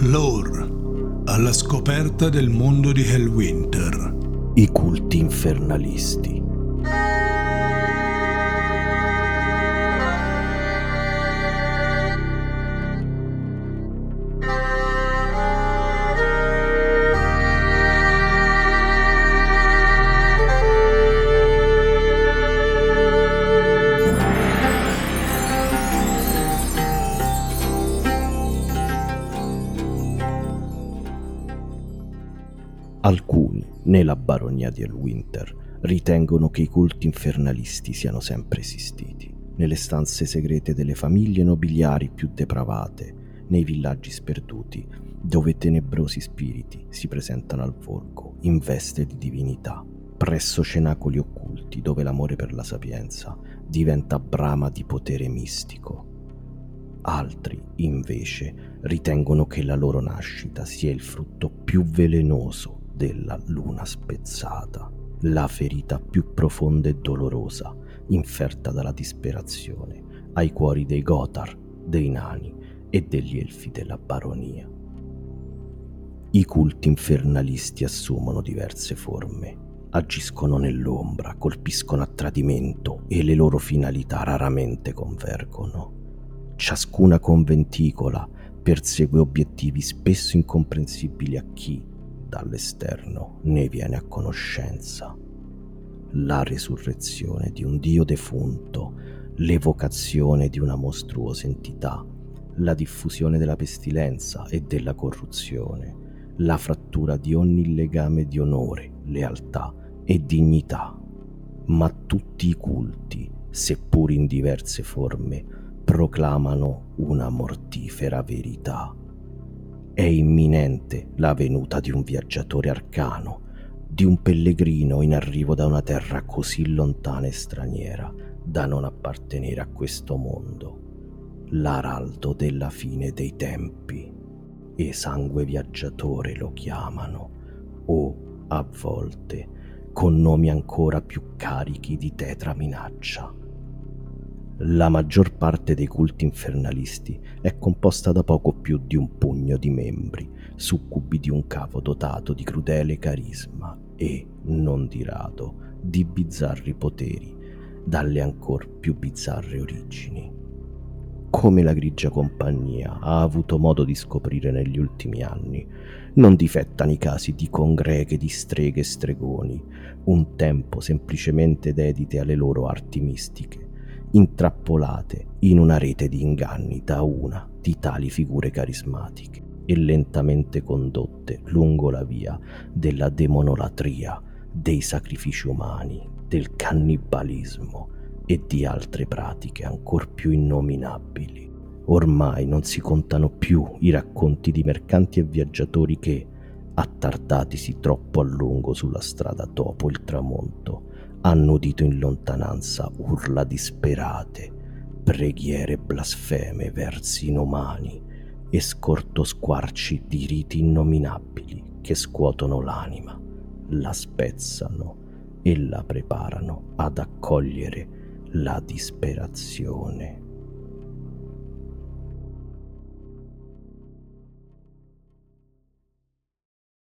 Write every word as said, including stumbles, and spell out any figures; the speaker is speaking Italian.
Lore, alla scoperta del mondo di Hellwinter. I culti infernalisti. Alcuni, nella baronia di Hellwinter, ritengono che i culti infernalisti siano sempre esistiti, nelle stanze segrete delle famiglie nobiliari più depravate, nei villaggi sperduti, dove tenebrosi spiriti si presentano al volgo in veste di divinità, presso cenacoli occulti dove l'amore per la sapienza diventa brama di potere mistico. Altri, invece, ritengono che la loro nascita sia il frutto più velenoso della luna spezzata, la ferita più profonda e dolorosa inferta dalla disperazione ai cuori dei Gothar, dei nani e degli elfi della baronia. I culti infernalisti assumono diverse forme, agiscono nell'ombra, colpiscono a tradimento e le loro finalità raramente convergono. Ciascuna conventicola persegue obiettivi spesso incomprensibili a chi, dall'esterno, ne viene a conoscenza. La resurrezione di un dio defunto, l'evocazione di una mostruosa entità, la diffusione della pestilenza e della corruzione, la frattura di ogni legame di onore, lealtà e dignità. Ma tutti i culti, seppur in diverse forme, proclamano una mortifera verità. È imminente la venuta di un viaggiatore arcano, di un pellegrino in arrivo da una terra così lontana e straniera da non appartenere a questo mondo, l'araldo della fine dei tempi, e sangue viaggiatore lo chiamano, o, a volte, con nomi ancora più carichi di tetra minaccia. La maggior parte dei culti infernalisti è composta da poco più di un pugno di membri, succubi di un capo dotato di crudele carisma e, non di rado, di bizzarri poteri, dalle ancor più bizzarre origini. Come la grigia compagnia ha avuto modo di scoprire negli ultimi anni, non difettano i casi di congreghe di streghe e stregoni, un tempo semplicemente dedite alle loro arti mistiche, intrappolate in una rete di inganni da una di tali figure carismatiche e lentamente condotte lungo la via della demonolatria, dei sacrifici umani, del cannibalismo e di altre pratiche ancor più innominabili. Ormai non si contano più i racconti di mercanti e viaggiatori che, attardatisi troppo a lungo sulla strada dopo il tramonto, hanno udito in lontananza urla disperate, preghiere blasfeme, versi inumani e scortosquarci di riti innominabili che scuotono l'anima, la spezzano e la preparano ad accogliere la disperazione.